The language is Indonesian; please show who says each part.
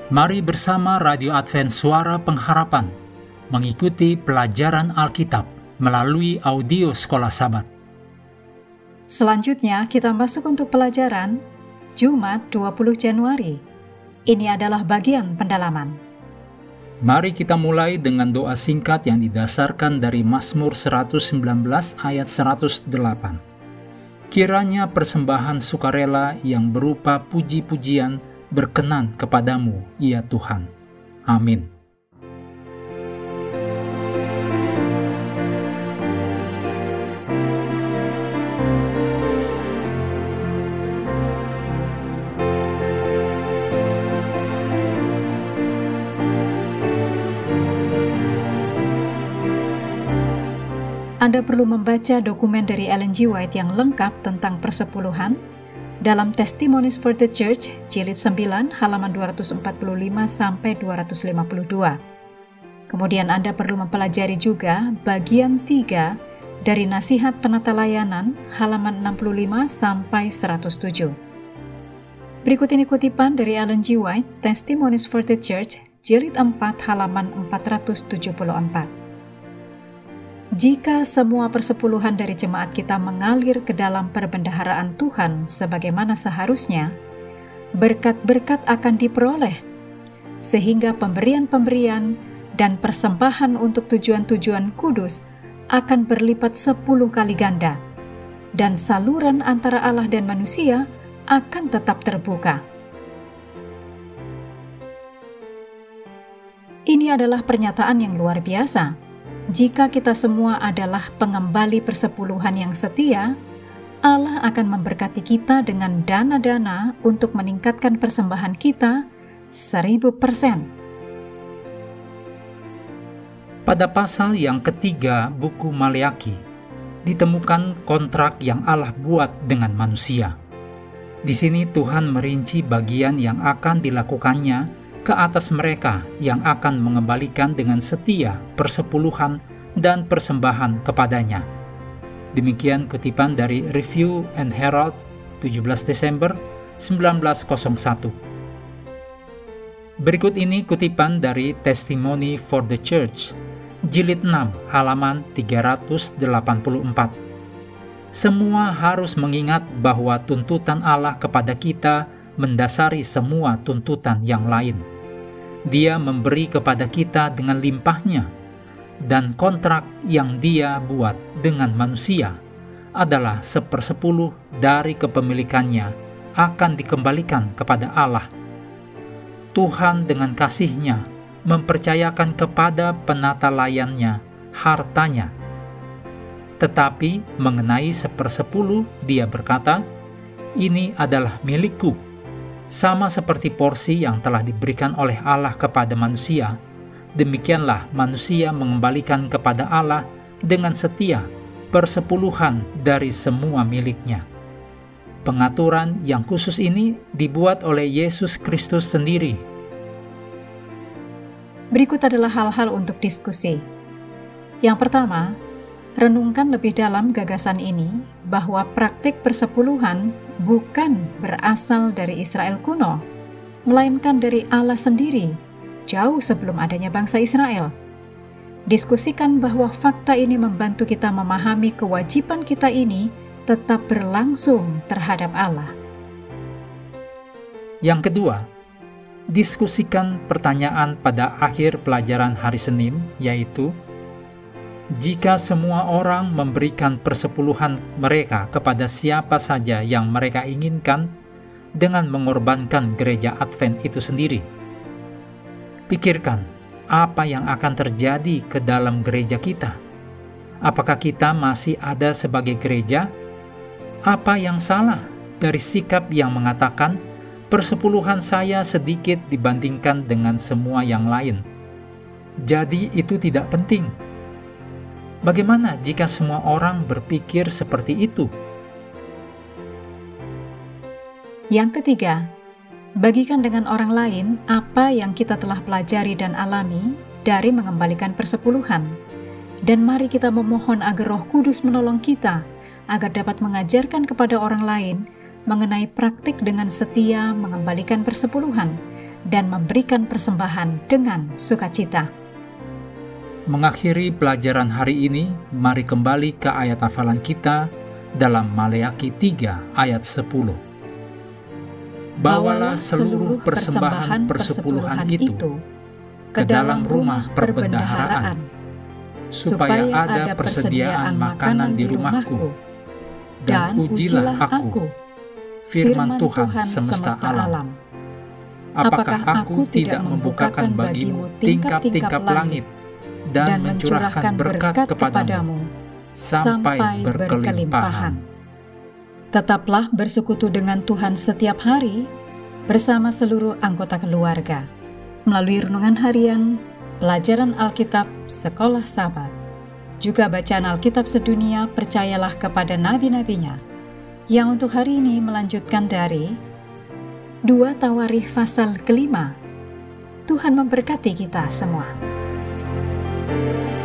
Speaker 1: Mari bersama Radio Advent Suara Pengharapan mengikuti pelajaran Alkitab melalui audio Sekolah Sabat.
Speaker 2: Selanjutnya kita masuk untuk pelajaran Jumat 20 Januari. Ini adalah bagian pendalaman.
Speaker 1: Mari kita mulai dengan doa singkat yang didasarkan dari Mazmur 119 ayat 108. Kiranya persembahan sukarela yang berupa puji-pujian berkenan kepadamu, ya Tuhan. Amin.
Speaker 2: Anda perlu membaca dokumen dari Ellen G. White yang lengkap tentang persepuluhan dalam Testimonies for the Church, jilid 9, halaman 245-252. Kemudian Anda perlu mempelajari juga bagian 3 dari Nasihat Penata Layanan, halaman 65-107. Berikut ini kutipan dari Ellen G. White, Testimonies for the Church, jilid 4, halaman 474. Jika semua persepuluhan dari jemaat kita mengalir ke dalam perbendaharaan Tuhan sebagaimana seharusnya, berkat-berkat akan diperoleh, sehingga pemberian-pemberian dan persembahan untuk tujuan-tujuan kudus akan berlipat 10 kali ganda, dan saluran antara Allah dan manusia akan tetap terbuka. Ini adalah pernyataan yang luar biasa. Jika kita semua adalah pengembali persepuluhan yang setia, Allah akan memberkati kita dengan dana-dana untuk meningkatkan persembahan kita 1000%.
Speaker 1: Pada pasal yang ketiga buku Maleaki, ditemukan kontrak yang Allah buat dengan manusia. Di sini Tuhan merinci bagian yang akan dilakukannya ke atas mereka yang akan mengembalikan dengan setia persepuluhan dan persembahan kepadanya. Demikian kutipan dari Review and Herald 17 Desember 1901. Berikut ini kutipan dari Testimony for the Church, jilid 6, halaman 384. Semua harus mengingat bahwa tuntutan Allah kepada kita mendasari semua tuntutan yang lain. Dia memberi kepada kita dengan limpahnya, dan kontrak yang Dia buat dengan manusia adalah 1/10 dari kepemilikannya akan dikembalikan kepada Allah. Tuhan dengan kasih-Nya mempercayakan kepada penata layannya hartanya. Tetapi mengenai 1/10 Dia berkata, "Ini adalah milikku." Sama seperti porsi yang telah diberikan oleh Allah kepada manusia, demikianlah manusia mengembalikan kepada Allah dengan setia persepuluhan dari semua miliknya. Pengaturan yang khusus ini dibuat oleh Yesus Kristus sendiri.
Speaker 2: Berikut adalah hal-hal untuk diskusi. Yang pertama, renungkan lebih dalam gagasan ini bahwa praktik persepuluhan bukan berasal dari Israel kuno, melainkan dari Allah sendiri, jauh sebelum adanya bangsa Israel. Diskusikan bahwa fakta ini membantu kita memahami kewajiban kita ini tetap berlangsung terhadap Allah.
Speaker 1: Yang kedua, diskusikan pertanyaan pada akhir pelajaran hari Senin, yaitu, jika semua orang memberikan persepuluhan mereka kepada siapa saja yang mereka inginkan dengan mengorbankan gereja Advent itu sendiri, pikirkan apa yang akan terjadi ke dalam gereja kita. Apakah kita masih ada sebagai gereja? Apa yang salah dari sikap yang mengatakan persepuluhan saya sedikit dibandingkan dengan semua yang lain, jadi itu tidak penting? Bagaimana jika semua orang berpikir seperti itu?
Speaker 2: Yang ketiga, bagikan dengan orang lain apa yang kita telah pelajari dan alami dari mengembalikan persepuluhan. Dan mari kita memohon agar Roh Kudus menolong kita agar dapat mengajarkan kepada orang lain mengenai praktik dengan setia mengembalikan persepuluhan dan memberikan persembahan dengan sukacita.
Speaker 1: Mengakhiri pelajaran hari ini, mari kembali ke ayat hafalan kita dalam Maleakhi 3 ayat 10. Bawalah seluruh persembahan persepuluhan itu ke dalam rumah perbendaharaan, supaya ada persediaan makanan di rumahku, dan ujilah aku, firman Tuhan semesta alam. Apakah aku tidak membukakan bagimu tingkap-tingkap langit dan mencurahkan berkat kepadamu sampai berkelimpahan?
Speaker 2: Tetaplah bersekutu dengan Tuhan setiap hari bersama seluruh anggota keluarga melalui renungan harian, pelajaran Alkitab, sekolah Sabat, juga bacaan Alkitab sedunia, percayalah kepada nabi-nabinya, yang untuk hari ini melanjutkan dari 2 Tawarikh pasal ke-5. Tuhan memberkati kita semua.